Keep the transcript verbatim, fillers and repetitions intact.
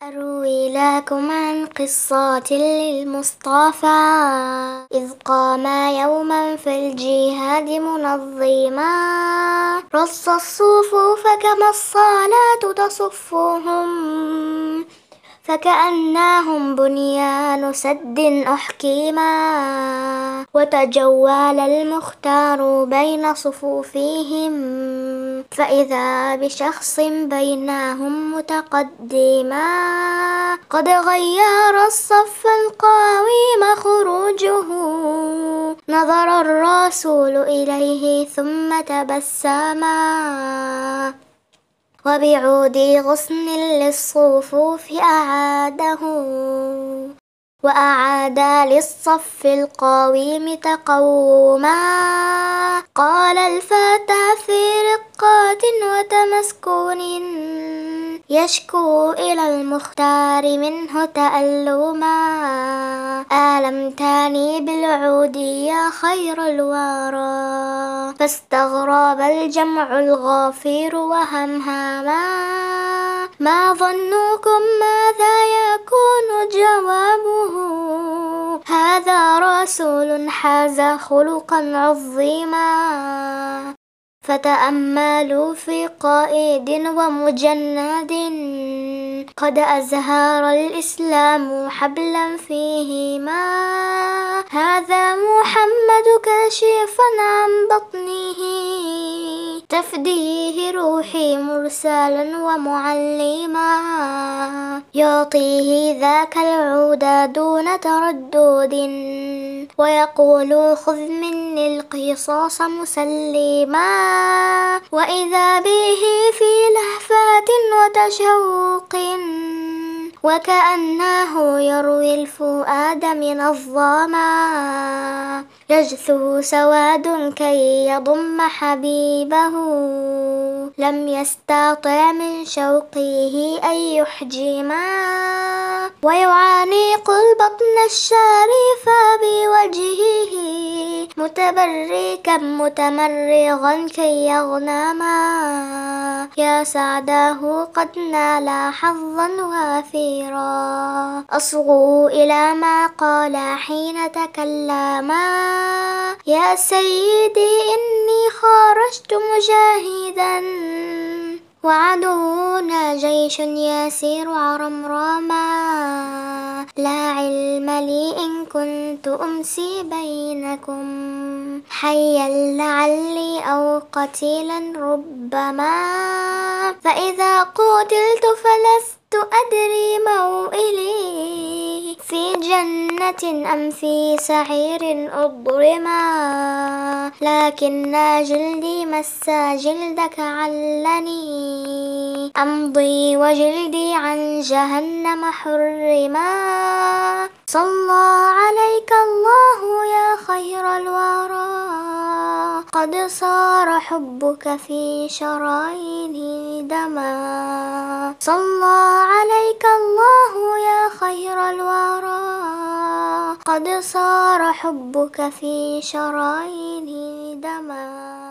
أروي لكم عن قصة للمصطفى إذ قام يوما في الجهاد منظما رص الصفوف كما الصلاة تصفهم فكأنهم بنيان سد أحكما وتجول المختار بين صفوفهم فإذا بشخص بينهم متقدما قد غير الصف القويم خروجه نظر الرسول إليه ثم تبسما وبعود غصن للصفوف أعاده وأعاد للصف القويم تقوما قال الفتى في رقة وتمسكون يشكو إلى المختار منه تألما آلمتني بالعود يا خير الورى فاستغرب الجمع الغافير وهمهما ما ظنكم ماذا يكون جوابه هذا رسول حاز خلقا عظيما فتأملوا في قائد ومجند قد أزهر الإسلام حبلا فيهما هذا محمد كاشفا عن بطنه تفديه روحي مرسلا ومعلما يعطيه ذاك العود دون تردد ويقول خذ مني القصاص مسلما وإذا به في لهفات وتشوق وكأنه يروي الفؤاد من الظما يجثو سواد كي يضم حبيبه لم يستطع من شوقه أن يحجما ويعانق البطن الشريف بوجهه متبركا متمرغا كي يغنما يا سعده قد نال حظا وافيرا أصغوا إلى ما قال حين تكلما يا سيدي إني خرجت مجاهدا وعدونا جيش يسير عرمرما لا علم لي إن كنت أمسي بينكم حيا لعلي أو قتيلا ربما فإذا قتلت فلست أدري موئلي في جنة أم في سعير أضرما لكن جلدي مس جلدك علني أمضي وجلدي عن جهنم حرما صلى عليك الله يا خير الورى قد صار حبك في شراييني دما صلى عليك الله يا خير الورى قد صار حبك في شراييني دما.